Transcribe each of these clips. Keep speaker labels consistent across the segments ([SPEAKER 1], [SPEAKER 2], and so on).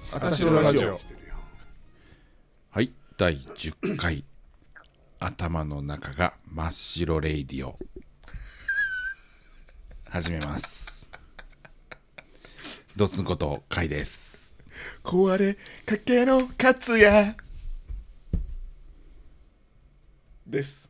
[SPEAKER 1] あたしろラジオ。
[SPEAKER 2] はい、第10回頭の中が真っ白レイディオ始めます。ドツンことカイです。
[SPEAKER 1] 壊れかけの勝也です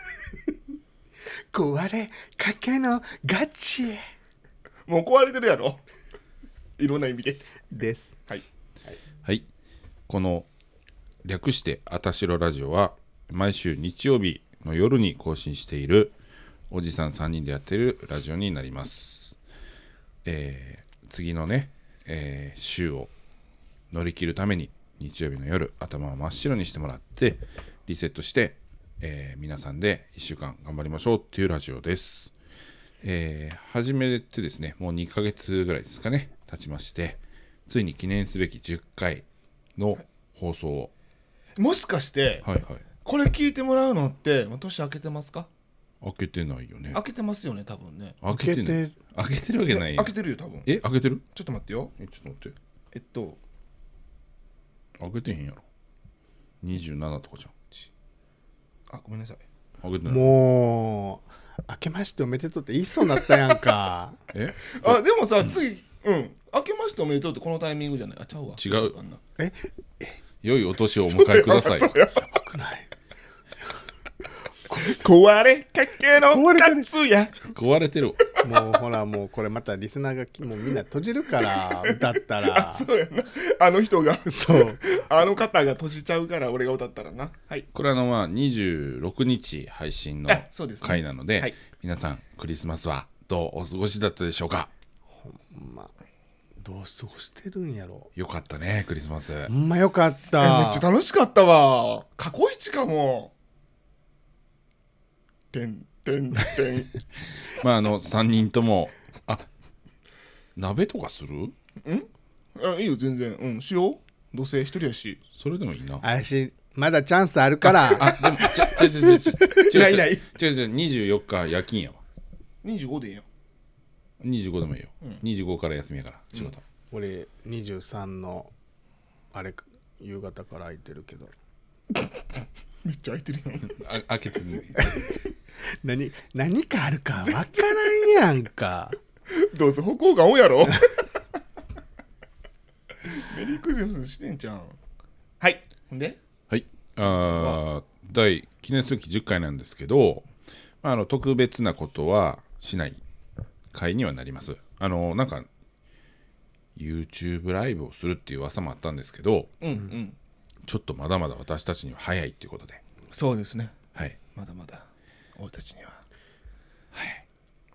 [SPEAKER 3] 壊れかけのガチ
[SPEAKER 1] もう壊れてるやろいろんな意味で
[SPEAKER 3] です
[SPEAKER 1] はい
[SPEAKER 2] はい、この略してあたしろラジオは毎週日曜日の夜に更新しているおじさん3人でやっているラジオになります。次のね、週を乗り切るために日曜日の夜頭を真っ白にしてもらってリセットして、皆さんで1週間頑張りましょうっていうラジオです。始めてですね、もう2ヶ月ぐらいですかね経ちまして、ついに記念すべき10回の放送を、
[SPEAKER 1] もしかして
[SPEAKER 2] はいはい、
[SPEAKER 1] これ聞いてもらうのってもう年明けてますか？
[SPEAKER 2] 開けてないよね。
[SPEAKER 1] 開けてますよね多分ね。
[SPEAKER 2] 開けてない。開けてるわけないよ。
[SPEAKER 1] 開けてるよ多分。
[SPEAKER 2] 開けてる？
[SPEAKER 1] ちょっと待ってよ。
[SPEAKER 2] ちょっと待って。開けてへんやろ。27とかじゃん。
[SPEAKER 1] あ、ごめんなさい。
[SPEAKER 2] 開けてない。
[SPEAKER 3] もう明けましておめでとうって言いそうになったやんか
[SPEAKER 1] あ、でもさ、次明けましておめでとうってこのタイミングじゃない？あ、ちゃうわ。
[SPEAKER 2] 違う。
[SPEAKER 3] え
[SPEAKER 2] 良いお年をお迎えください。
[SPEAKER 3] 危ない
[SPEAKER 1] 壊れかけの勝也。
[SPEAKER 2] 壊れてる。
[SPEAKER 3] もうほらもうこれまたリスナーがもうみんな閉じるから歌ったら
[SPEAKER 1] そうやな。あの人が
[SPEAKER 3] そう
[SPEAKER 1] あの方が閉じちゃうから俺が歌ったらな。はい。
[SPEAKER 2] これ26日配信の
[SPEAKER 1] そうですね
[SPEAKER 2] 回なので、
[SPEAKER 1] はい、
[SPEAKER 2] 皆さんクリスマスはどうお過ごしだったでしょうか？
[SPEAKER 3] まあどう過ごしてるんやろ。
[SPEAKER 2] よかったねクリスマス。
[SPEAKER 3] ほんまよかった
[SPEAKER 1] めっちゃ楽しかったわ。過去一かも。てんてんてん
[SPEAKER 2] まあ3人とも鍋とかする？
[SPEAKER 1] あ、いいよ全然。しよう。どうせ一人やし。
[SPEAKER 2] それでもいいな。
[SPEAKER 3] 私まだチャンスあるから
[SPEAKER 2] でも
[SPEAKER 1] ないない
[SPEAKER 2] 違う24日夜勤やわ。
[SPEAKER 1] 25でいいやん。
[SPEAKER 2] 25でもいいよ、25から休みやから仕事、
[SPEAKER 3] 俺23のあれ夕方から空いてるけど
[SPEAKER 1] めっちゃ空いてるやん。
[SPEAKER 2] 開けてるね。
[SPEAKER 3] 何かあるか分からんやんか
[SPEAKER 1] どうせ歩行がおやろ。メリークリスマスしてんじゃん。はい。ほんで
[SPEAKER 2] はい、記念すべき10回なんですけど、特別なことはしない回にはなります。なんか YouTube ライブをするっていう噂もあったんですけど、ちょっとまだまだ私たちには早いっていうことで。
[SPEAKER 1] そうですね。
[SPEAKER 2] はい、
[SPEAKER 1] まだまだ俺たちには。
[SPEAKER 2] はい、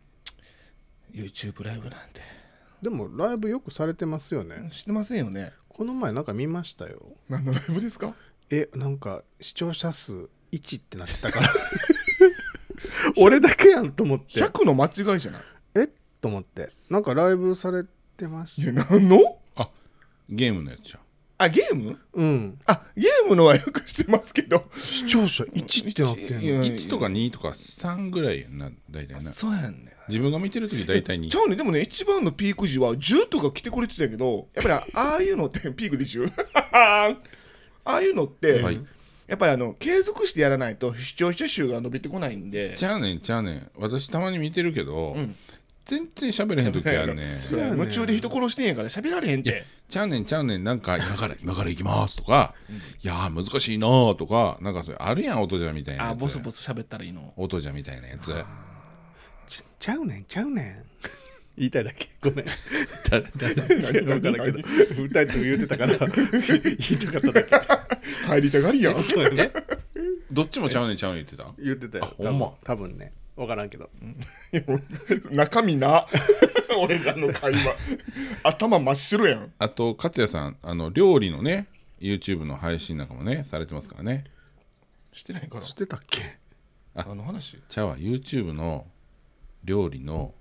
[SPEAKER 1] YouTube ライブなんて
[SPEAKER 3] でもライブよくされてますよね。
[SPEAKER 1] 知ってませんよね。
[SPEAKER 3] この前なんか見ましたよ。
[SPEAKER 1] 何のライブですか？
[SPEAKER 3] なんか視聴者数1ってなってたから俺だけやんと思って
[SPEAKER 1] 100の間違いじゃない？
[SPEAKER 3] と思ってなんかライブされてまし
[SPEAKER 1] いや、
[SPEAKER 3] た。
[SPEAKER 1] 何の？
[SPEAKER 2] ゲームのやつじゃん。
[SPEAKER 1] あ、ゲーム？ゲームのはよくしてますけど、
[SPEAKER 3] 視聴者1ってなってんの。
[SPEAKER 2] 1とか2とか3ぐらいやんな大体な。
[SPEAKER 1] そうやんね。
[SPEAKER 2] 自分が見てるとき大体2。
[SPEAKER 1] ちゃうね。でもね、一番のピーク時は10とか来てくれてたんやけど、やっぱりああいうのってピークで10ああいうのって、
[SPEAKER 2] はい、
[SPEAKER 1] やっぱり継続してやらないと視聴者数が伸びてこないんで。
[SPEAKER 2] ちゃうねん私たまに見てるけど、全然喋れへん時あるね。
[SPEAKER 1] 夢中で人殺してんやから喋られへんって。
[SPEAKER 2] ちゃうねんなんか今から行きますとか、いやー難しいなーとか、なんかそれあるやん、音じゃみたいなやつ。
[SPEAKER 1] ボソボソ喋ったらいいの。
[SPEAKER 2] 音じゃみたいなやつ。
[SPEAKER 3] ちゃうねん言いたいだけ。ごめん誰分からんけど2人とも言うてたから言いたかっただけ。
[SPEAKER 1] 入りたがりやん。
[SPEAKER 2] どっちもちゃうねん言ってた。
[SPEAKER 3] 言ってたよ。
[SPEAKER 2] ほんま。
[SPEAKER 3] 多分ね分からんけど、
[SPEAKER 1] 中身な俺らの会話頭真っ白やん。
[SPEAKER 2] あと勝也さん料理のね YouTube の配信なんかもねされてますからね。
[SPEAKER 1] してないから。
[SPEAKER 3] してたっけ？
[SPEAKER 1] 話
[SPEAKER 2] ちゃうわ、 YouTube の料理の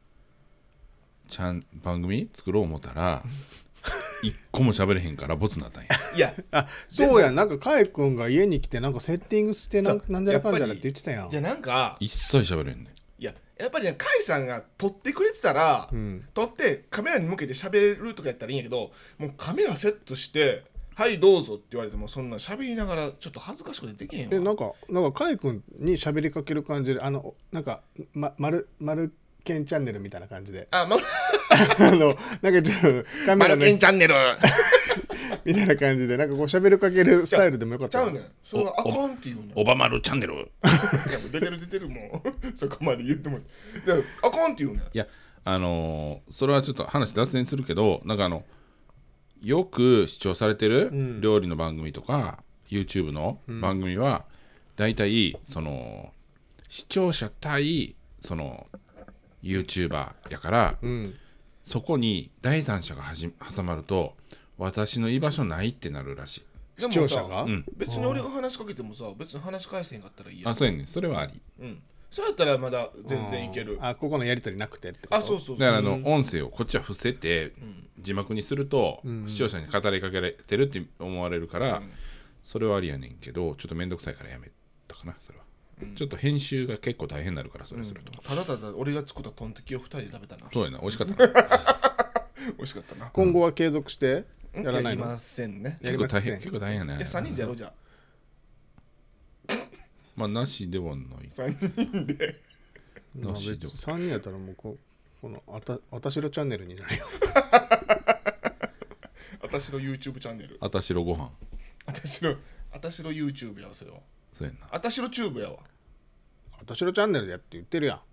[SPEAKER 2] 番組作ろう思ったら一個も喋れへんからボツになったんや。
[SPEAKER 1] いや
[SPEAKER 3] そうやん。なんかカイ君が家に来てなんかセッティングしてなんじゃらかんじゃらって言ってたやん。
[SPEAKER 1] じゃあなんか
[SPEAKER 2] 一切喋れへんねん。
[SPEAKER 1] いややっぱりね甲斐さんが撮ってくれてたら、撮ってカメラに向けて喋るとかやったらいいんやけど、もうカメラセットしてはいどうぞって言われてもそんな喋りながらちょっと恥ずかしくてできへんわ。
[SPEAKER 3] なんかカイ君に喋りかける感じでなんか丸ケンチャンネルみたいな感じでなんかちょっとカメラ
[SPEAKER 1] マルケンチャンネル
[SPEAKER 3] みたいな感じでなんかこう喋りかけるスタイルでもよかった
[SPEAKER 1] ちゃうねん、それはあかんって言うねん。
[SPEAKER 2] オバマルチャンネル。
[SPEAKER 1] いや出てるもうそこまで言ってもあかんって言うねん。
[SPEAKER 2] いやそれはちょっと話脱線するけど、なんかよく視聴されてる料理の番組とか、YouTube の番組はだいたいその視聴者対その YouTuber やから、そこに第三者が挟まると私の居場所ないってなるらしい。
[SPEAKER 3] 視聴者が、
[SPEAKER 1] 別に俺が話しかけてもさ、別に話し返せへんかったらいいやん。
[SPEAKER 2] あ、そうやねん、それはあり。
[SPEAKER 1] そうやったらまだ全然いける。
[SPEAKER 3] ここのやり取りなくてってこと。
[SPEAKER 1] あ、そうそうそう。
[SPEAKER 2] だから音声をこっちは伏せて、字幕にすると、視聴者に語りかけられてるって思われるから、それはありやねんけど、ちょっとめんどくさいからやめたかな、それは。ちょっと編集が結構大変になるから、それすると。
[SPEAKER 1] ただただ俺が作ったトンテキを2人で食べたな。
[SPEAKER 2] そうやな、美味しかったな。
[SPEAKER 1] 美味しかったな。
[SPEAKER 3] 今後は継続してやらないの？
[SPEAKER 1] やりませんね。
[SPEAKER 2] 結構大変やね。
[SPEAKER 1] 3人でやろうじゃ
[SPEAKER 2] まあなしではない。
[SPEAKER 1] 3人で。
[SPEAKER 2] なしでは。
[SPEAKER 3] 3人やったらもうこのあたしろチャンネルになるよ。
[SPEAKER 1] あたしろ YouTube チャンネル。
[SPEAKER 2] あたしろご飯。
[SPEAKER 1] あたしろ YouTube やわ、それは。
[SPEAKER 2] そうやな。
[SPEAKER 1] あたしろチューブやわ。
[SPEAKER 3] あたしろチャンネルでやって言ってるやん。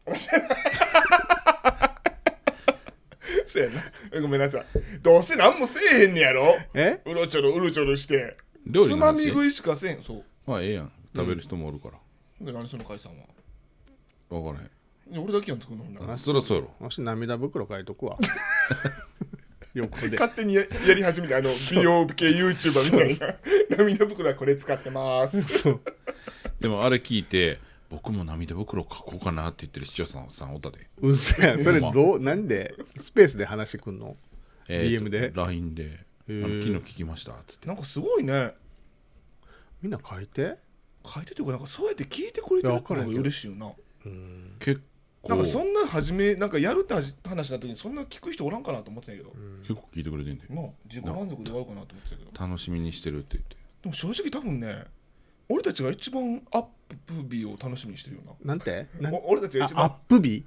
[SPEAKER 1] そうやな。ごめんなさい。どうせ何もせえへんねやろ。うろちょろして
[SPEAKER 2] 料理の話
[SPEAKER 1] つまみ食いしかせえへん。そう
[SPEAKER 2] まあええやん、食べる人もおるから。
[SPEAKER 1] で何その解散は。
[SPEAKER 2] 分からへん。
[SPEAKER 1] いや俺だけやん作るのほんなら。
[SPEAKER 2] そりゃそうやろ。
[SPEAKER 3] わし涙袋書いとくわ。横で
[SPEAKER 1] 勝手にやり始めて美容系 YouTuber みたいな涙袋はこれ使ってます
[SPEAKER 2] でもあれ聞いて僕も涙袋書こうかなって言ってる視聴者さんおったで。
[SPEAKER 3] うっそや。それなんでスペースで話くんの？ DM で
[SPEAKER 2] LINE で昨日聞きましたって言って。
[SPEAKER 1] なんかすごいね。
[SPEAKER 3] みんな書いて
[SPEAKER 1] というかなんかそうやって聞いてくれてるってのが嬉しいよな。
[SPEAKER 2] 結構
[SPEAKER 1] なんかそんな初めなんかやるって話になった時にそんな聞く人おらんかなと思ってたけど、
[SPEAKER 2] 結構聞いてくれてんで、
[SPEAKER 1] まあ自己満足で終わるかなと思ってたけど、
[SPEAKER 2] 楽しみにしてるって言って。
[SPEAKER 1] でも正直多分ね俺たちが一番アップ日を楽しみにしてるよな。
[SPEAKER 3] なんて
[SPEAKER 1] 俺たちが一番
[SPEAKER 3] アップ日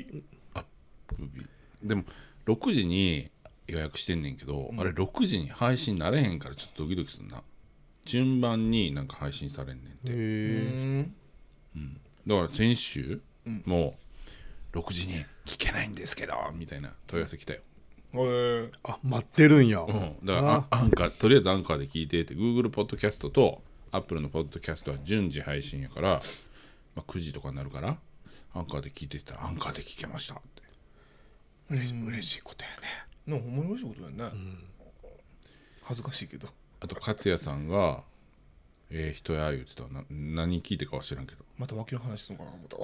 [SPEAKER 2] でも6時に予約してんねんけど、あれ6時に配信なれへんからちょっとドキドキするな。順番になんか配信されんねんて。だから先週、もう6時に聞けないんですけどみたいな問い合わせ来たよ。
[SPEAKER 3] 待ってるんや。
[SPEAKER 2] だからアンカー、とりあえずアンカーで聞いてって Google ポッドキャストと Apple のポッドキャストは順次配信やから、9時とかになるからアンカーで聞いてたらアンカーで聞けましたって。
[SPEAKER 3] 嬉しいことやね。
[SPEAKER 1] ほんまに嬉しいことやね。恥ずかしいけど。
[SPEAKER 2] あと勝也さんが人や言ってた。何聞いてかは知らんけど、
[SPEAKER 1] また脇の話するのかな思ったわ。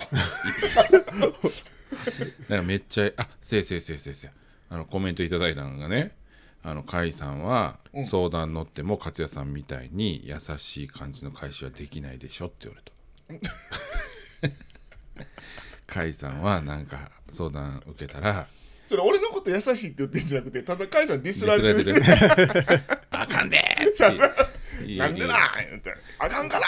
[SPEAKER 2] なんかめっちゃせいコメントいただいたのがね、甲斐さんは相談乗っても勝也さんみたいに優しい感じの返しはできないでしょって言われた。甲斐さんはなんか相談受けたら
[SPEAKER 1] それ俺のこと優しいって言ってんじゃなくて、ただ甲斐さんディスられてる。
[SPEAKER 2] あかんでーって
[SPEAKER 1] なんでだ言ってあかんから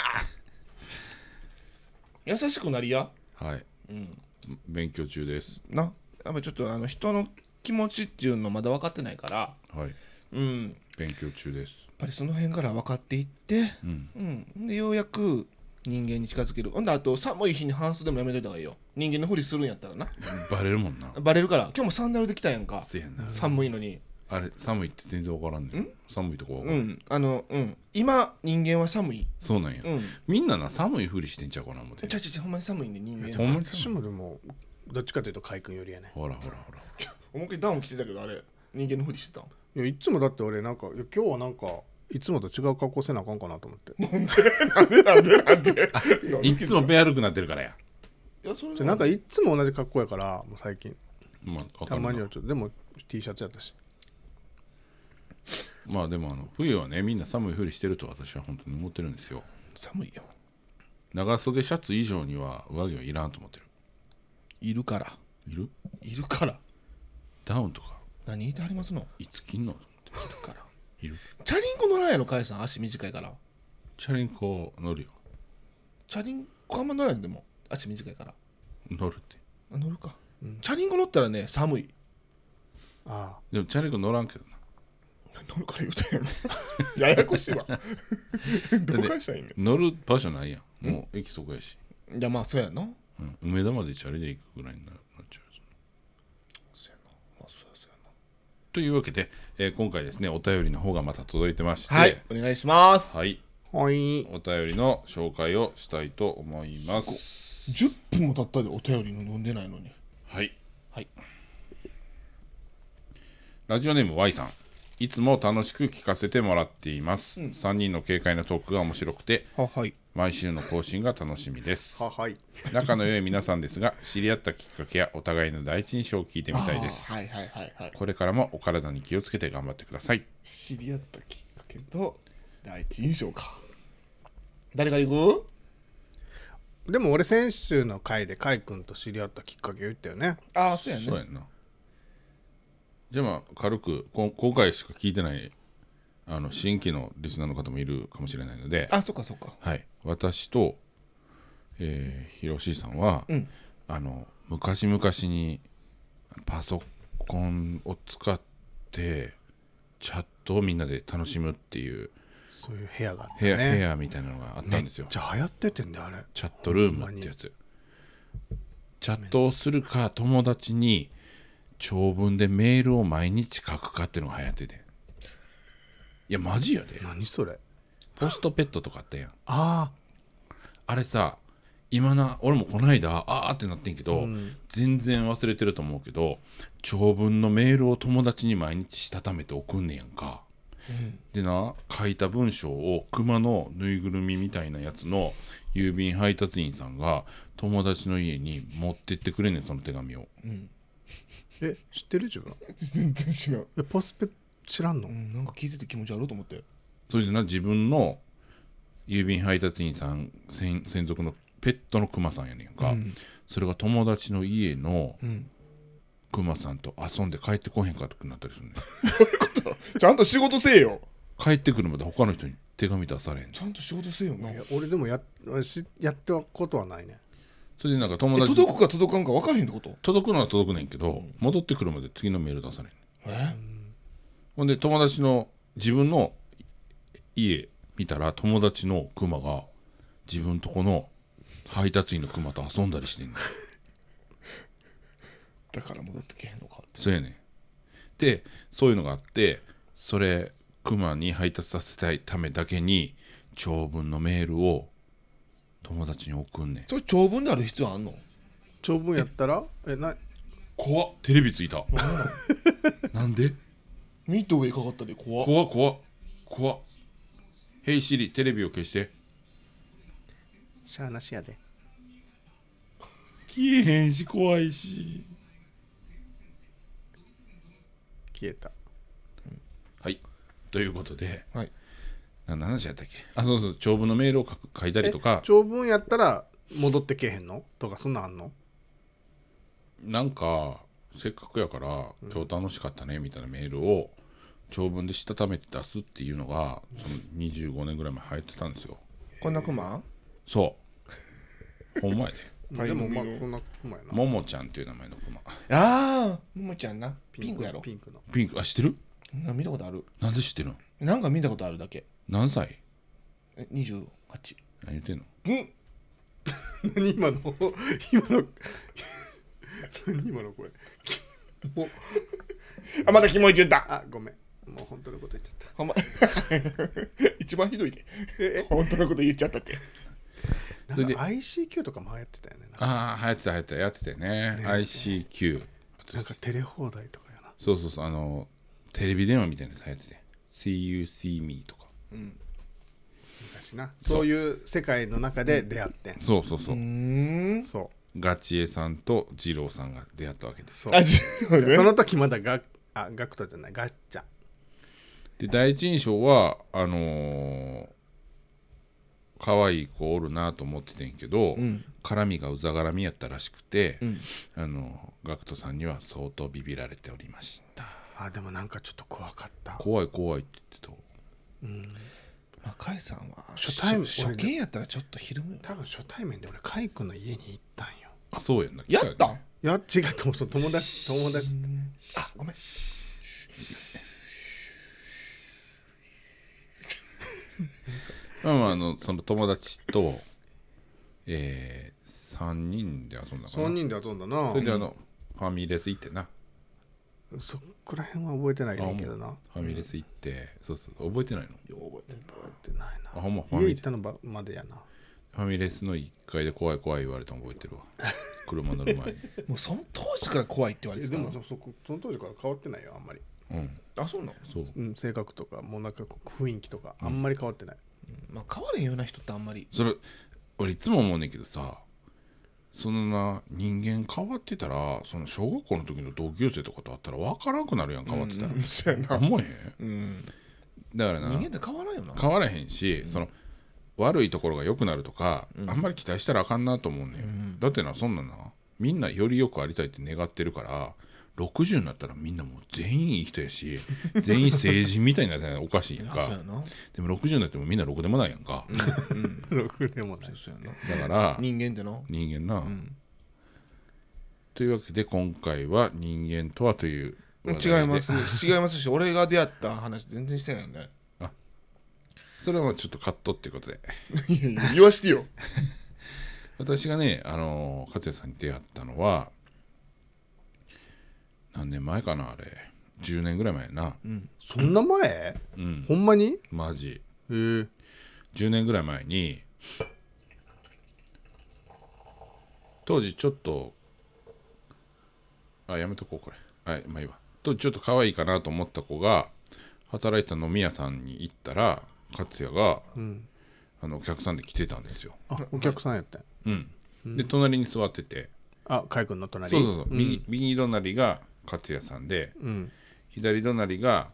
[SPEAKER 1] 優しくなりや。
[SPEAKER 2] はい、勉強中です
[SPEAKER 1] な。やっぱちょっと人の気持ちっていうのまだ分かってないから、
[SPEAKER 2] はい、勉強中です。
[SPEAKER 1] やっぱりその辺から分かっていって、でようやく人間に近づける。ほんであと寒い日に半袖もやめといた方がいいよ。人間のふりするんやったらな。
[SPEAKER 2] バレるもんな。
[SPEAKER 1] バレるから。今日もサンダルで来たやんか。寒いのに。
[SPEAKER 2] あれ寒いって全然分からんねん。寒いとこ分からん。
[SPEAKER 1] 今人間は寒い。
[SPEAKER 2] そうなんや。みんなな寒いふりしてんちゃうかな思って。
[SPEAKER 1] ほんまに寒いね人間。
[SPEAKER 2] ほんまに
[SPEAKER 3] 私もでもどっちかというと海君よりやね。
[SPEAKER 2] ほら
[SPEAKER 1] 思いっきりダウン着てたけど、あれ人間のふりしてたん。
[SPEAKER 3] いやいつもだって俺なんか今日はなんかいつもと違う格好せなあかんかなと思って。
[SPEAKER 1] なんで
[SPEAKER 2] いつもペアルくなってるからや。
[SPEAKER 1] いやそれ
[SPEAKER 3] じゃなんかいつも同じ格好やからもう最近、たまにはちょっとでも T シャツやったし。
[SPEAKER 2] まあでも冬はねみんな寒いふりしてると私は本当に思ってるんですよ。
[SPEAKER 1] 寒いよ。
[SPEAKER 2] 長袖シャツ以上には上着はいらんと思ってる。
[SPEAKER 1] いるから
[SPEAKER 2] いる
[SPEAKER 1] いるから
[SPEAKER 2] ダウンとか
[SPEAKER 1] 何言ってはりますの
[SPEAKER 2] いつ切んの
[SPEAKER 1] いるから
[SPEAKER 2] いる
[SPEAKER 1] チャリンコ乗らんやろカエさん足短いから
[SPEAKER 2] チャリンコ乗るよ
[SPEAKER 1] チャリンコあんま乗らんでも足短いから
[SPEAKER 2] 乗るって
[SPEAKER 1] あ乗るか、チャリンコ乗ったらね寒い
[SPEAKER 3] あ
[SPEAKER 2] でもチャリンコ乗らんけどな
[SPEAKER 1] 乗るから言うたやんややこしいわどう返したらいいね
[SPEAKER 2] 乗る場所ないやんもう駅そこやし、
[SPEAKER 1] いやまあそうやな
[SPEAKER 2] 梅田までチャリで行くぐらいになっちゃう
[SPEAKER 1] そうやなまあそうやな
[SPEAKER 2] というわけで、今回ですねお便りの方がまた届いてまして
[SPEAKER 1] はいお願いします
[SPEAKER 2] はい
[SPEAKER 3] はい
[SPEAKER 2] お便りの紹介をしたいと思います
[SPEAKER 1] 10分も経ったでお便りの読んでないのに
[SPEAKER 2] はい
[SPEAKER 1] はい
[SPEAKER 2] ラジオネーム Y さんいつも楽しく聞かせてもらっています、3人の軽快なトークが面白くて
[SPEAKER 1] ははい
[SPEAKER 2] 毎週の更新が楽しみです
[SPEAKER 3] はい
[SPEAKER 2] 仲の良い皆さんですが知り合ったきっかけやお互いの第一印象を聞いてみたいです
[SPEAKER 1] はいはいはいはい
[SPEAKER 2] これからもお体に気をつけて頑張ってください
[SPEAKER 1] 知り合ったきっかけと第一印象か誰から行く
[SPEAKER 3] でも俺先週の回でカイ君と知り合ったきっかけ言ったよね。
[SPEAKER 1] ああそうやね
[SPEAKER 2] そうやんなじゃあまあ軽く今回しか聞いてない新規のリスナーの方もいるかもしれないので
[SPEAKER 1] あそっかそっか
[SPEAKER 2] はい私とひろしさんは、
[SPEAKER 1] うん
[SPEAKER 2] 昔々にパソコンを使ってチャットをみんなで楽しむっていう
[SPEAKER 3] そういう部屋があっ
[SPEAKER 2] 部屋,、
[SPEAKER 3] てね。
[SPEAKER 2] 部屋みたいなのがあったんですよ
[SPEAKER 3] じゃあ流行っててんだよあれ。
[SPEAKER 2] チャットルームってやつチャットをするか友達に長文でメールを毎日書くかっていうのが流行ってていやマジやで
[SPEAKER 3] 何それ。
[SPEAKER 2] ポストペットとかあったやん
[SPEAKER 3] あ
[SPEAKER 2] あれさ今な俺もこの間あーってなってんけど、全然忘れてると思うけど長文のメールを友達に毎日したためて送んねやんか、でな書いた文章を熊のぬいぐるみみたいなやつの郵便配達員さんが友達の家に持ってってくれんねんその手紙を、
[SPEAKER 3] え知ってる自分。
[SPEAKER 1] 全然違う、
[SPEAKER 3] ポスペ知らんの。
[SPEAKER 1] なんか聞いてて気持ち悪いと思って
[SPEAKER 2] それでな自分の郵便配達員さん専属のペットのクマさんやねんか、それが友達の家のクマさんと遊んで帰ってこへんかったくなったりするね
[SPEAKER 1] ちゃんと仕事せえよ
[SPEAKER 2] 帰ってくるまで他の人に手紙出されんねん
[SPEAKER 1] ちゃんと仕事せえよない
[SPEAKER 3] や俺でもやったことはないね。
[SPEAKER 2] それでなんか友達
[SPEAKER 1] 届くか届かんか分からへんってこと
[SPEAKER 2] 届くのは届くねんけど、戻ってくるまで次のメール出されんねんほんで友達の自分の家見たら友達のクマが自分とこの配達員のクマと遊んだりしてんねん
[SPEAKER 1] だから戻ってけへんのかって
[SPEAKER 2] そうやねんでそういうのがあってそれクマに配達させたいためだけに長文のメールを友達に送んねん
[SPEAKER 1] それ長文である必要あんの
[SPEAKER 3] 長文やったら
[SPEAKER 2] 怖っテレビついたなんで
[SPEAKER 1] ミートウェイかかったで怖っ
[SPEAKER 2] 怖っヘイシリテレビを消して
[SPEAKER 3] しゃあなしやで。
[SPEAKER 2] 消えへんし怖いし
[SPEAKER 3] 消えた。
[SPEAKER 2] はいということで、
[SPEAKER 1] はい
[SPEAKER 2] 何の話やったっけあそうそう長文のメールを書いたりとか
[SPEAKER 3] 長文やったら戻ってけへんのとかそんなんあんの。
[SPEAKER 2] なんかせっかくやから今日楽しかったねみたいなメールを長文でしたためて出すっていうのがその25年ぐらい前流行ってたんですよ
[SPEAKER 1] こんなクマ
[SPEAKER 2] そうほんまやで
[SPEAKER 3] でもまあこんなうまいな。
[SPEAKER 2] ももちゃんっていう名前のクマ
[SPEAKER 1] ああももちゃんなピンクやろ
[SPEAKER 3] ピンクの。
[SPEAKER 2] ピンク知ってる
[SPEAKER 1] 見たことある
[SPEAKER 2] なんで知ってるの
[SPEAKER 1] なんか見たことあるだけ
[SPEAKER 2] 何歳
[SPEAKER 1] 28
[SPEAKER 2] 何言ってんの
[SPEAKER 1] うん
[SPEAKER 3] 何今の何今の声。
[SPEAKER 1] あまたキモいって言った
[SPEAKER 3] あごめんもう本当のこと言っちゃった。
[SPEAKER 1] ほんま一番ひどいで本当のこと言っちゃったって
[SPEAKER 2] それで
[SPEAKER 3] なんか ICQ とかも流行ってたよね。
[SPEAKER 2] ああ流行ってたやってたよね ICQ
[SPEAKER 3] なんかテレ放題とかやな。
[SPEAKER 2] そうテレビ電話みたいなやつ流行ってて See you see me とか
[SPEAKER 3] 昔な。そういう世界の中で出会ってん。
[SPEAKER 2] そう
[SPEAKER 3] そ
[SPEAKER 2] ガチエさんと二郎さんが出会ったわけです
[SPEAKER 1] あ
[SPEAKER 3] その時まだガクトじゃないガッチャ。
[SPEAKER 2] で第一印象は可愛い子おるなと思っててんけど、 絡みがうざがらみやったらしくて、
[SPEAKER 1] うん、
[SPEAKER 2] ガクトさんには相当ビビられておりました。
[SPEAKER 3] あでもなんかちょっと怖かった。
[SPEAKER 2] 怖い怖いって言って
[SPEAKER 3] うん、
[SPEAKER 1] まあ甲斐さんは
[SPEAKER 3] 初
[SPEAKER 1] 見やったらちょっとひるむよ。
[SPEAKER 3] 多分初対面で俺甲斐君の家に行ったんよ。
[SPEAKER 2] た。あ、そうやんな。
[SPEAKER 1] やったん？
[SPEAKER 3] いや違うと思う。友達
[SPEAKER 1] あ、ごめん。
[SPEAKER 2] まあその友達と3人で遊んだかな。
[SPEAKER 3] 3人で遊んだな。
[SPEAKER 2] それでファミレス行ってな。
[SPEAKER 3] そこら辺は覚えてないねんけどな。
[SPEAKER 2] ファミレス行って、そうそう覚えてないの？
[SPEAKER 1] よう覚えてんな。
[SPEAKER 3] 覚えてないな。
[SPEAKER 2] あほんま
[SPEAKER 3] 家行ったのまでやな。
[SPEAKER 2] ファミレスの1階で怖い怖い言われたの覚えてるわ。車乗る前に。
[SPEAKER 1] もうその当時から怖いって言われてた。
[SPEAKER 3] でもその当時から変わってないよあんまり。
[SPEAKER 2] うん。
[SPEAKER 1] あ、そうなの？
[SPEAKER 2] そう。
[SPEAKER 3] うん、性格とかもうなんか雰囲気とかあんまり変わってない。
[SPEAKER 1] まあ変われんような人ってあんまり。
[SPEAKER 2] それ俺いつも思うねんけどさ、そのな人間変わってたら、その小学校の時の同級生とかと会ったら分からんくなるやん、変わってたら。
[SPEAKER 1] そうやな。
[SPEAKER 2] 思えへん？
[SPEAKER 1] うん。
[SPEAKER 2] だからな、
[SPEAKER 1] 人間って変わらんよな。
[SPEAKER 2] 変わらへんし、その悪いところが良くなるとか、あんまり期待したらあかんなと思うねん。だってな、そんななみんなよりよくありたいって願ってるから、60になったらみんなもう全員いい人やし、全員成人みたいになったらおかしいやんか。
[SPEAKER 1] そうやな。
[SPEAKER 2] でも60になってもみんなろくでもないやんか。
[SPEAKER 3] ろくでもない。
[SPEAKER 1] そうやな。
[SPEAKER 2] だから
[SPEAKER 1] 人間ってな。
[SPEAKER 2] 人間な、というわけで今回は人間とはという話題で
[SPEAKER 1] 違いますし、俺が出会った話全然してないよね。
[SPEAKER 2] それはちょっとカットっていうことで
[SPEAKER 1] 言わしてよ。
[SPEAKER 2] 私がね勝也さんに出会ったのは何年前かな、あれ10年ぐらい前やな。
[SPEAKER 3] そんな前？ほんまに？
[SPEAKER 2] マジ
[SPEAKER 3] へえ。
[SPEAKER 2] 10年ぐらい前に、当時ちょっとやめとこうこれ。はい、まあいいわ。当時ちょっと可愛いかなと思った子が働いてた飲み屋さんに行ったら、勝也が、お客さんで来てたんですよ。
[SPEAKER 3] あ、お客さんやったん。
[SPEAKER 2] で隣に座ってて、
[SPEAKER 3] あ、海君の隣。
[SPEAKER 2] そう、右隣が勝也さんで、左隣が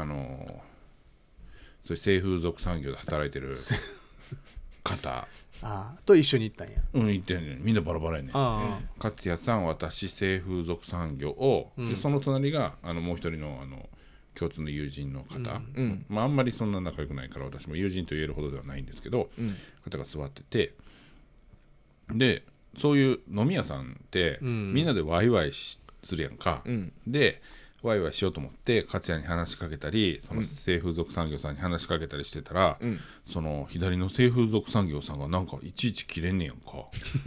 [SPEAKER 2] そういう性風俗産業で働いてる方
[SPEAKER 3] と一緒に行ったんや。
[SPEAKER 2] 行ってんねん。みんなバラバラやねん。勝也さん、私、性風俗産業を、でその隣がもう一人の共通の友人の方、まああんまりそんな仲良くないから私も友人と言えるほどではないんですけど、方が座ってて、でそういう飲み屋さんって、みんなでワイワイするやんか、でワイワイしようと思って勝也に話しかけたり、その性風俗産業さんに話しかけたりしてたら、その左の性風俗産業さんがなんかいちいちキレんねやんか。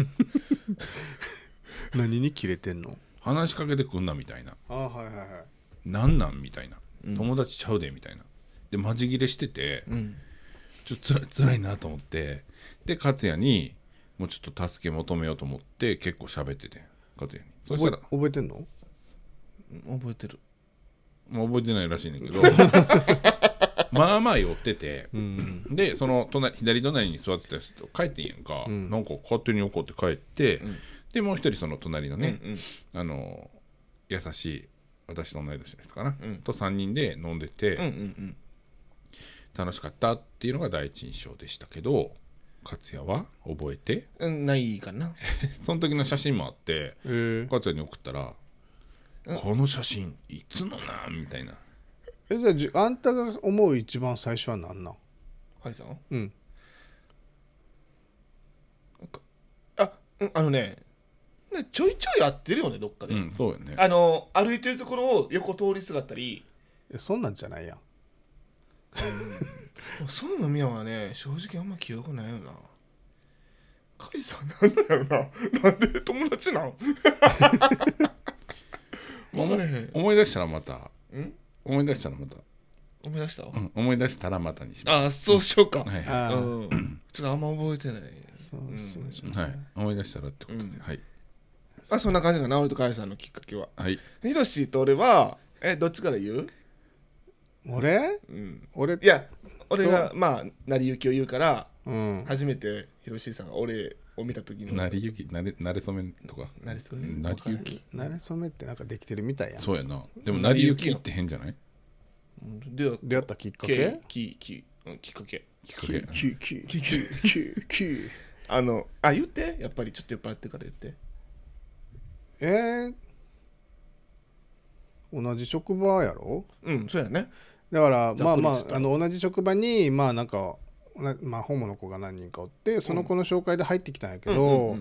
[SPEAKER 3] 何にキレてんの？
[SPEAKER 2] 話しかけてくんなみたいな。
[SPEAKER 3] はいはいはい。
[SPEAKER 2] なんなんみたいな、友達ちゃうでみたいな。でマジギレしてて、ちょっとつらいなと思って、で勝也にもうちょっと助け求めようと思って結構喋ってて、勝也に。そしたら
[SPEAKER 3] 覚えてんの？
[SPEAKER 1] 覚えてる。
[SPEAKER 2] もう覚えてないらしいねんけどまあまあ酔ってて、でその左隣に座ってた人帰ってんやんか、なんか勝手に怒って帰って、でもう一人その隣のね、優しい私と同い年の人かな、と3人で飲んでて、楽しかったっていうのが第一印象でしたけど、勝也は覚えて、
[SPEAKER 1] ないかな。
[SPEAKER 2] その時の写真もあって、勝也に送ったら、この写真いつのなんみたいな。
[SPEAKER 3] じゃああんたが思う一番最初は何なん？
[SPEAKER 1] 甲斐さん？ちょいちょい会ってるよね、どっかで。
[SPEAKER 2] そうよね。
[SPEAKER 1] 歩いてるところを横通りすがったり。
[SPEAKER 3] そんなんじゃないやん。
[SPEAKER 1] その飲み屋はね、正直あんま記憶ないよな。甲斐さんなんだよな。なんで友達なん？
[SPEAKER 2] 思い出したらまた。思い出したらまた。
[SPEAKER 1] 思い出した？
[SPEAKER 2] 思い出したらまたにしましょう。
[SPEAKER 1] そうしようか。
[SPEAKER 2] はい。
[SPEAKER 1] ちょっとあんま覚えてない。
[SPEAKER 2] はい。思い出したらってことで。はい。
[SPEAKER 1] そんな感じかな、俺と甲斐さんのきっかけは。
[SPEAKER 2] はい。
[SPEAKER 1] ひろしと俺はどっちから言う？
[SPEAKER 3] 俺
[SPEAKER 1] いや、俺がまあ成り行きを言うから、初めてひろしさんが俺を見た時の
[SPEAKER 2] 成り行き、慣れ初めとか。
[SPEAKER 1] 成り初め？
[SPEAKER 2] 成り行き。
[SPEAKER 3] 慣れ初めってなんかできてるみたいやん。
[SPEAKER 2] そうやな。でも成り行きって変じゃない？
[SPEAKER 3] 出会ったきっかけ？
[SPEAKER 1] きっかけ。 言ってやっぱりちょっと酔っ払ってから言って。
[SPEAKER 3] 同じ職場やろ。
[SPEAKER 1] そうやね。
[SPEAKER 3] だから同じ職場になんかホモの子が何人かおって、その子の紹介で入ってきたんやけど、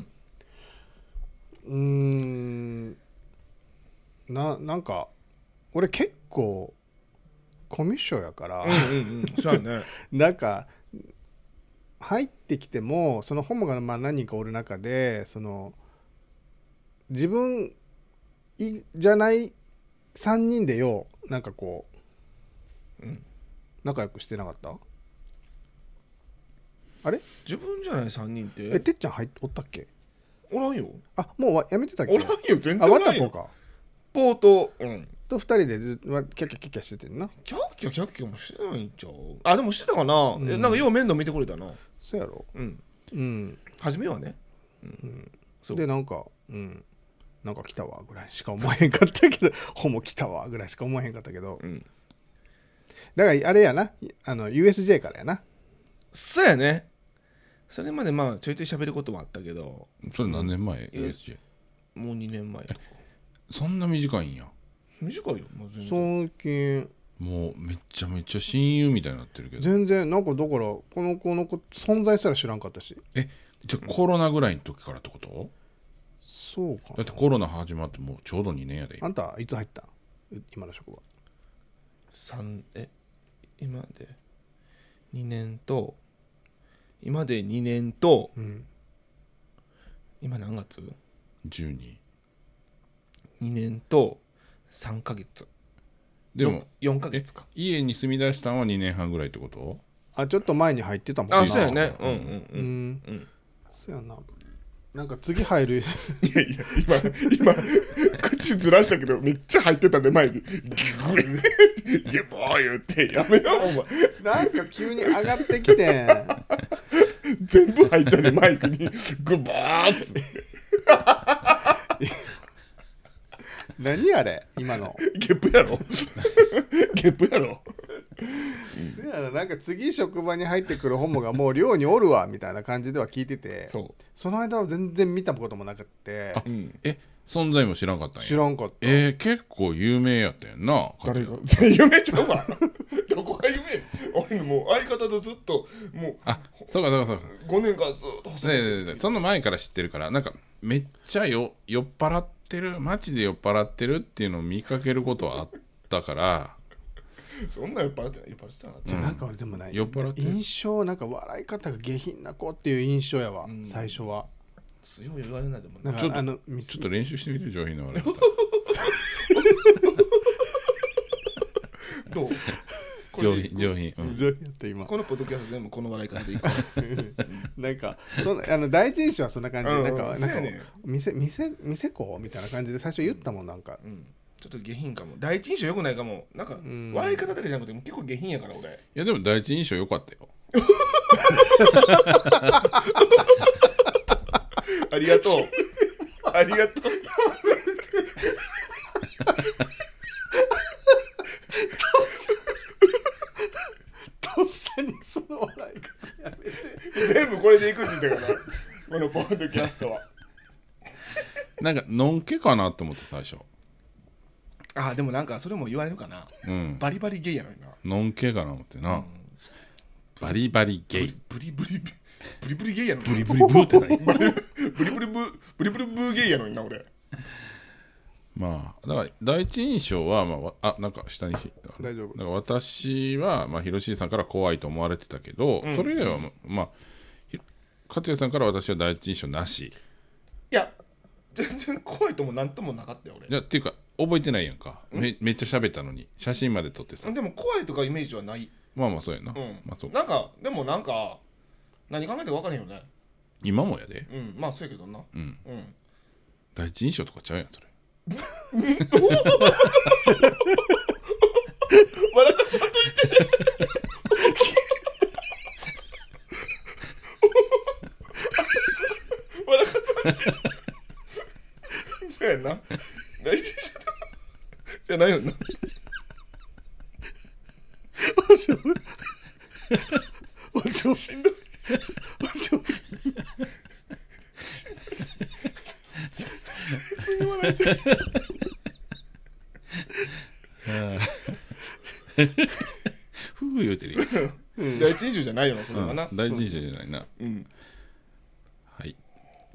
[SPEAKER 3] なんか俺結構コミュ障やから、
[SPEAKER 1] そうやね。
[SPEAKER 3] なんか入ってきてもそのホモが何人かおる中で、その自分じゃない3人でなんかこう、仲良くしてなかった？あれ
[SPEAKER 1] 自分じゃない3人って。
[SPEAKER 3] てっちゃんおったっけ？
[SPEAKER 1] おらんよ。
[SPEAKER 3] もうやめてたっけ？
[SPEAKER 1] おらんよ、全然おらんよ。
[SPEAKER 3] わたぽか。
[SPEAKER 1] ポーと
[SPEAKER 3] と2人でキャッキャキャッキャしててんな。
[SPEAKER 1] キャッキャもしてないんちゃう？でもしてたかな。なんかよう面倒見てくれたな。
[SPEAKER 3] そうやろ。
[SPEAKER 1] 初めはね。
[SPEAKER 3] でなんかなんか来たわぐらいしか思えへんかったけど、ホモ来たわぐらいしか思えへんかったけど、だからあれやな、USJ からやな。
[SPEAKER 1] そうやね。それまでちょいちょい喋ることもあったけど。
[SPEAKER 2] それ何年前？ USJ
[SPEAKER 1] もう2年前とか。
[SPEAKER 2] そんな短いんや。
[SPEAKER 1] 短いよ、もう全然。
[SPEAKER 3] 最近
[SPEAKER 2] もうめちゃめちゃ親友みたいになってるけど。
[SPEAKER 3] 全然なんかだからこの子の存在すら知らんかったし。
[SPEAKER 2] じゃあコロナぐらいの時からってこと？
[SPEAKER 3] そうかな。
[SPEAKER 2] だってコロナ始まってもうちょうど2年やで。
[SPEAKER 3] あんたいつ入ったん？今の職場。
[SPEAKER 1] 今で2年と今で2年と、今何月
[SPEAKER 2] ？12。
[SPEAKER 1] 2年と3ヶ月。
[SPEAKER 2] でも
[SPEAKER 1] 4ヶ月か。
[SPEAKER 2] 家に住み出したのは2年半ぐらいってこと？
[SPEAKER 3] ちょっと前に入ってたもんね。
[SPEAKER 1] そうやね。
[SPEAKER 3] そうやな。なんか次入る。
[SPEAKER 1] いや今口ずらしたけどめっちゃ入ってたで、前にギゲボー言ってやめようお
[SPEAKER 3] 前。なんか急に上がってきて
[SPEAKER 1] 全部入ったで、マイクにグバーッつって
[SPEAKER 3] 何あれ今の
[SPEAKER 1] ゲップやろゲップやろ。
[SPEAKER 3] なんか次職場に入ってくるホモがもう寮におるわみたいな感じでは聞いてて、その間は全然見たこともなくて。
[SPEAKER 2] 存在も知らんかったんや。
[SPEAKER 3] 知らんかった。
[SPEAKER 2] 結構有名やったやんな。
[SPEAKER 1] 誰が？有名ちゃうわどこが有名？俺もう相方とずっともう
[SPEAKER 2] そうか
[SPEAKER 1] 5年間ずっと
[SPEAKER 2] 細い。その前から知ってるから、なんかめっちゃ酔っ払ってる、街で酔っ払ってるっていうのを見かけることはあったから。
[SPEAKER 1] そんな酔っ払ってたな。
[SPEAKER 3] なんか俺でもない印象、なんか笑い方が下品な子っていう印象やわ、最初は。
[SPEAKER 1] 強い言われないでも
[SPEAKER 2] ちょっと練習してみて、上品な笑い方
[SPEAKER 1] どう？
[SPEAKER 2] 上品
[SPEAKER 3] やった今。
[SPEAKER 1] このポッドキャスト全部この笑い方でいいから
[SPEAKER 3] なんか第一印象はそんな感じで、なんか店子みたいな感じで最初言ったもん。なんか
[SPEAKER 1] ちょっと下品かも。第一印象良くないかも。なんか笑い方だけじゃなくて結構下品やから俺。
[SPEAKER 2] いやでも第一印象良かったよ
[SPEAKER 1] ありがとうありがとう
[SPEAKER 3] とっさにその笑い方やめて。
[SPEAKER 1] 全部これでいくって言ったからこのポッドキャストは。
[SPEAKER 2] なんかのんけかなと思って最初。
[SPEAKER 1] でもなんかそれも言われるかな。バリバリゲイやのにな。
[SPEAKER 2] のんけかな思ってな。バリバリゲイ。
[SPEAKER 1] ブリブリゲイやのに。
[SPEAKER 2] ブリブリブーってない
[SPEAKER 1] ブリブリブーゲイやのにな俺。
[SPEAKER 2] だから第一印象はなんか下に
[SPEAKER 3] 大丈夫。
[SPEAKER 2] なんか私は広重さんから怖いと思われてたけど、それ以外は勝也さんから私は第一印象なし。
[SPEAKER 1] いや全然怖いともなんともなかったよ俺。
[SPEAKER 2] いやっていうか覚えてないやんか。めっちゃ喋ったのに写真まで撮ってさ。
[SPEAKER 1] でも怖いとかイメージはない。
[SPEAKER 2] そうやな。そう
[SPEAKER 1] なんかでもなんか何考えてか分からへんよね。
[SPEAKER 2] 今もやで。
[SPEAKER 1] そうやけどな。
[SPEAKER 2] 第一印象とかちゃうやんそれ。
[SPEAKER 1] 笑かさんといて笑かさんといてそうやんな。第一印象じゃないよな。しんどい
[SPEAKER 2] ふう言うてるよ、
[SPEAKER 1] 第一印象じゃないよなそれはな、
[SPEAKER 2] 第一印象じゃないな、はい。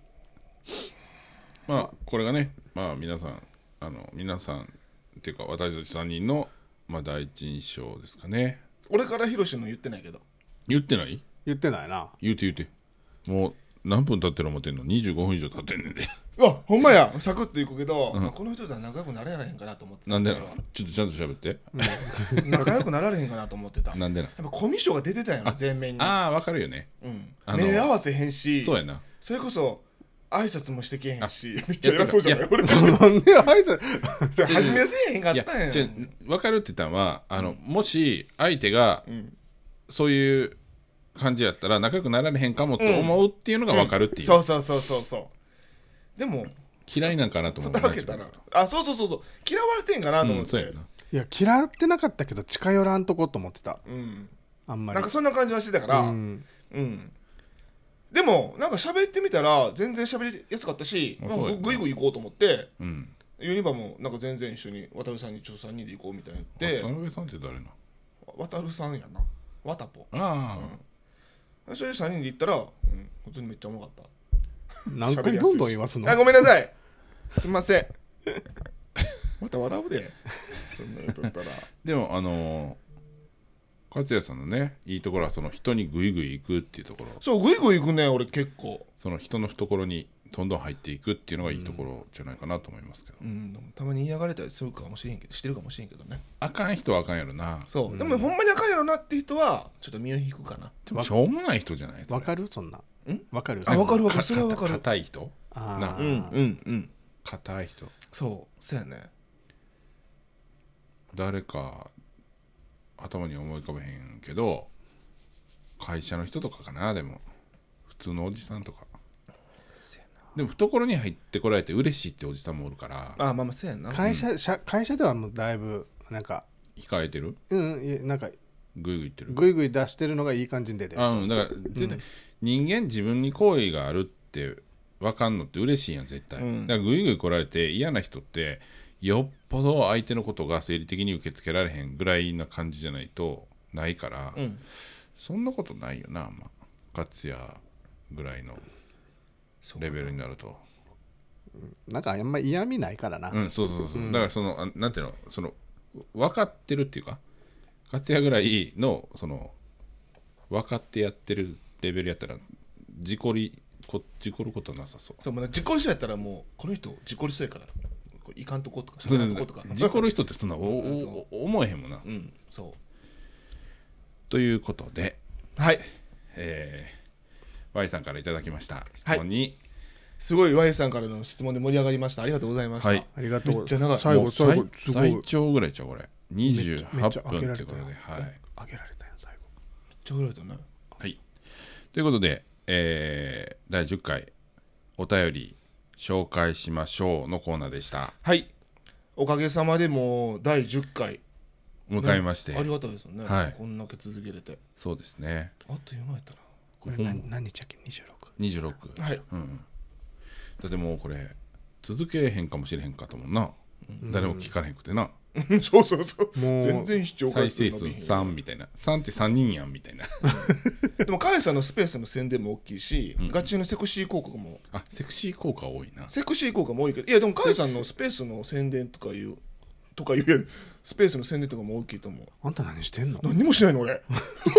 [SPEAKER 2] まあこれがね、まあ皆さんっていうか私たち3人の第一印象ですかね。
[SPEAKER 1] 俺からヒロシの言ってないけど。
[SPEAKER 2] 言ってない？
[SPEAKER 3] 言ってないな。
[SPEAKER 2] 言うてもう何分経ってる思ってんの？25分以上経ってんねんで。
[SPEAKER 1] ほんまや、サクッといくけど、この人とは仲良くなれられへんかなと思ってた。
[SPEAKER 2] なんでなの？ちょっとちゃんと喋って。
[SPEAKER 1] 仲良くなられへんかなと思ってた。
[SPEAKER 2] なんでなの？
[SPEAKER 1] やっぱコミュ障が出てたよな、前面に。
[SPEAKER 2] ああ、わかるよね。
[SPEAKER 1] 目合わせへんし、
[SPEAKER 2] そうやな。
[SPEAKER 1] それこそ挨拶もしてけへんし、めっちゃ偉そうじゃない？俺
[SPEAKER 3] なんで挨拶
[SPEAKER 1] 始めせえへんかったんや。
[SPEAKER 2] わかるって言ったのは、もし相手がそういう感じやったら仲良くなられへんかもと思うっていうのがわかるっていう。
[SPEAKER 1] そう。でも
[SPEAKER 2] 嫌いなんかなと思う。
[SPEAKER 1] 蓋開けたら、そう嫌われてんかなと思って。
[SPEAKER 2] そうやな。
[SPEAKER 3] いや嫌ってなかったけど近寄らんとこと思ってた。あんまり。
[SPEAKER 1] なんかそんな感じはしてたから。でもなんか喋ってみたら全然喋りやすかったし、グイグイ行こうと思って、ユニバもなんか全然一緒に渡さんに3人で行こうみたいな言って。
[SPEAKER 2] 渡辺さんって誰な？
[SPEAKER 1] 渡さんやな、渡ぽ。それで3人で行ったら、普通にめっちゃおもろかった。
[SPEAKER 3] 何回どんどん言わすの？
[SPEAKER 1] ごめんなさい、すいません。また笑うでそんなのとったら。
[SPEAKER 2] でも勝也さんのねいいところはその人にグイグイ行くっていうところ。
[SPEAKER 1] そう、グイグイ行くね。俺結構
[SPEAKER 2] その人の懐にどんどん入っていくっていうのがいいところじゃないかなと思いますけど、
[SPEAKER 1] たまに嫌がれたりするかもしれんけど、してるかもしれんけどね。
[SPEAKER 2] あかん人はあかんやろな。
[SPEAKER 1] そう、でもほんまにあかんやろなって人はちょっと身を引くかな。
[SPEAKER 2] でもしょうもない人じゃない？
[SPEAKER 3] わかる？そんなわかる？
[SPEAKER 1] わかるそれはわかる。
[SPEAKER 2] 硬い人な。硬い人。
[SPEAKER 1] そうやね。
[SPEAKER 2] 誰か頭に思い浮かべへんけど、会社の人とかかな。でも普通のおじさんとか。でも懐に入ってこられて嬉しいっておじさんもおるから。
[SPEAKER 1] まあそうやな。
[SPEAKER 3] 会社ではもうだいぶなんか
[SPEAKER 2] 控えてる。
[SPEAKER 3] なんか
[SPEAKER 2] グイグイってる。
[SPEAKER 3] グイグイ出してるのがいい感じで出る。
[SPEAKER 2] だから絶対、人間自分に好意があるって分かんのって嬉しいやん絶対。だからグイグイ来られて嫌な人ってよっぽど相手のことが生理的に受け付けられへんぐらいな感じじゃないとないから、そんなことないよな。勝也ぐらいのレベルになると
[SPEAKER 3] なんかあんまり嫌味ないからな。
[SPEAKER 2] そう、だからそのなんていうの、その分かってるっていうか、勝也ぐらいのその分かってやってるレベルやったら事故ることはなさそう。
[SPEAKER 1] そう、事故る人やったらもうこの人事故りそうやからいかんとことか
[SPEAKER 2] しゃべらんとことか。事故る人ってそんな思えへんもんな。
[SPEAKER 1] そう。
[SPEAKER 2] ということで、
[SPEAKER 1] はい、
[SPEAKER 2] Y さんからいただきました質問に、
[SPEAKER 1] すごい Y さんからの質問で盛り上がりました。ありがとうございました。
[SPEAKER 3] ありがとう。
[SPEAKER 1] めっちゃ長い。
[SPEAKER 2] 最長ぐらいちゃうこれ。28分ということで、はい。
[SPEAKER 3] あげられたよ最後。
[SPEAKER 1] めっちゃ上げられたね。
[SPEAKER 2] はい。ということで、第10回お便り紹介しましょうのコーナーでした。
[SPEAKER 1] はい。おかげさまでもう第10回
[SPEAKER 2] 迎えまして、
[SPEAKER 1] ありがたいですよね。
[SPEAKER 2] はい。
[SPEAKER 1] こんだけ続けれて。
[SPEAKER 2] そうですね。
[SPEAKER 1] あっという間やったな。
[SPEAKER 3] これ何日やっけ？26。
[SPEAKER 1] はい。
[SPEAKER 2] だってもうこれ続けへんかもしれへんかったもんな。誰も聞かれへんくてな。
[SPEAKER 1] そう全然視聴回数
[SPEAKER 2] 再生数3みたいな。3って3人やんみたいな。
[SPEAKER 1] でもカエさんのスペースの宣伝も大きいし、ガチのセクシー効果も。
[SPEAKER 2] セクシー効果多いな。
[SPEAKER 1] セクシー効果も多いけど、いやでもカエさんのスペースの宣伝とかいうスペースの宣伝とかも大きいと思う。
[SPEAKER 3] あんた何してんの？
[SPEAKER 1] 何もしないの俺。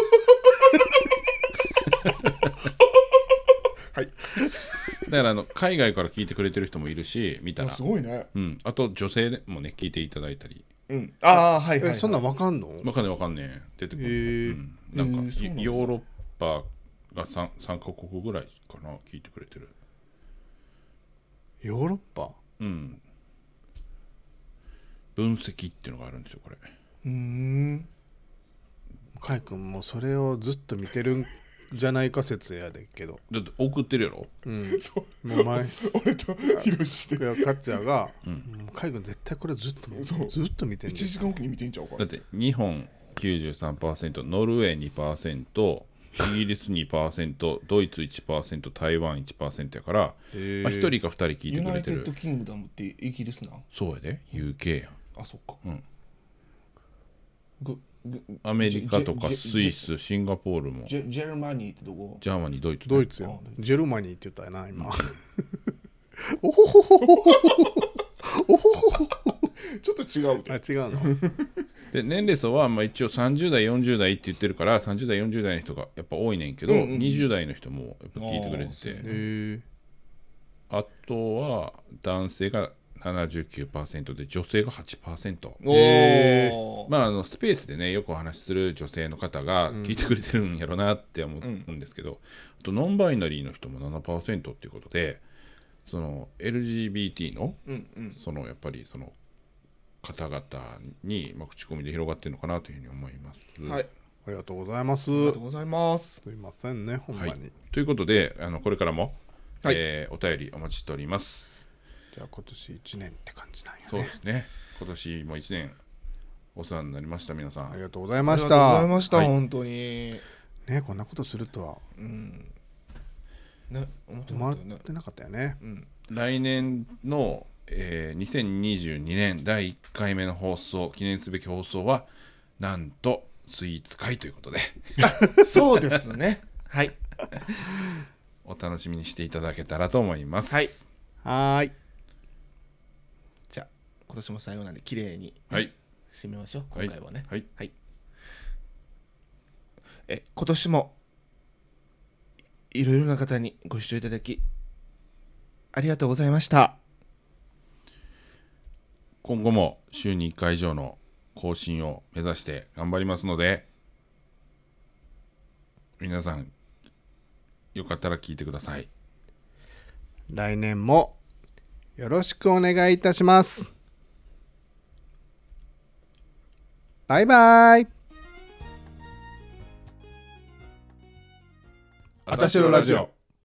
[SPEAKER 1] はい。
[SPEAKER 2] だから海外から聞いてくれてる人もいるし、見たら
[SPEAKER 1] すごいね。
[SPEAKER 2] あと女性もね聞いていただいたり。
[SPEAKER 1] はい。
[SPEAKER 3] そんなんわかんの？
[SPEAKER 2] わかんねえ。出てくる。なんかヨーロッパが 3カ国ぐらいかな聞いてくれてる。
[SPEAKER 3] ヨーロッパ？
[SPEAKER 2] 分析っていうのがあるんですよこれ。
[SPEAKER 3] カイ君もそれをずっと見てるんじゃないか説やでけど。
[SPEAKER 2] だって送ってるやろ。
[SPEAKER 1] そう。
[SPEAKER 3] もう前
[SPEAKER 1] 俺とヒロシで
[SPEAKER 3] カッチャーがカイ君絶対これずっと見てんねん。
[SPEAKER 1] 1時間おきに見てんちゃうか。
[SPEAKER 2] だって日本 93%、ノルウェー 2%、 イギリス 2%、ドイツ 1%、台湾 1% やから、まあ、1人か2人聞いて
[SPEAKER 1] ユナイテッ
[SPEAKER 2] くれてる。
[SPEAKER 1] ドキングダムってイギリスなん？
[SPEAKER 2] そうやで、UK やん。
[SPEAKER 1] あ、そっか。
[SPEAKER 2] アメリカとかスイス、シンガポールも、
[SPEAKER 1] ジェルマニーってどこ？
[SPEAKER 2] ジャーマニー、ドイツ、
[SPEAKER 3] ドイツよ。
[SPEAKER 1] あ
[SPEAKER 3] ジェルマニーって言ったよな今。おほほほほほおほほほ。
[SPEAKER 1] ちょっと違うで。
[SPEAKER 3] あ、違うの。
[SPEAKER 2] で年齢層はまあ一応30代40代って言ってるから30代40代の人がやっぱ多いねんけど、20代の人もやっぱ聞いてくれてて、あとは男性が 79% で女性が 8%。まあスペースでねよくお話しする女性の方が聞いてくれてるんやろなって思うんですけど、あとノンバイナリーの人も 7% っていうことで、その LGBT のそのやっぱりその方々に、まあ、口コミで広がってるのかなというふうに思います。
[SPEAKER 1] はい。
[SPEAKER 3] ありがとうございます。
[SPEAKER 1] ありがとうございます。
[SPEAKER 3] すいませんね、ほんまに。
[SPEAKER 2] はい、ということでこれからも、
[SPEAKER 1] はい
[SPEAKER 2] お便りお待ちしております。
[SPEAKER 3] じゃあ今年1年って感じなんやね。
[SPEAKER 2] そうですね。今年も1年お世話になりました。皆さん
[SPEAKER 3] ありがとうございまし
[SPEAKER 1] ありがとうござい
[SPEAKER 3] た。
[SPEAKER 1] ました、
[SPEAKER 2] はい
[SPEAKER 1] 本当に。
[SPEAKER 3] ね、こんなことするとは
[SPEAKER 1] ね、思って
[SPEAKER 3] 思っ
[SPEAKER 1] なかったよね。
[SPEAKER 3] てなかったよね。
[SPEAKER 2] 来年の、2022年第1回目の放送、記念すべき放送はなんとスイーツ会ということで
[SPEAKER 1] そうですね。はい。
[SPEAKER 2] お楽しみにしていただけたらと思います。
[SPEAKER 1] はい。
[SPEAKER 3] はーい。
[SPEAKER 1] じゃあ今年も最後なんで綺麗に
[SPEAKER 2] はい
[SPEAKER 1] 締めましょう、今回はね。
[SPEAKER 2] はい
[SPEAKER 1] はい。今年もいろいろな方にご視聴いただきありがとうございました。
[SPEAKER 2] 今後も週に1回以上の更新を目指して頑張りますので、皆さんよかったら聞いてください。
[SPEAKER 3] 来年もよろしくお願いいたします。バイバイ。
[SPEAKER 1] あたしろラジオ。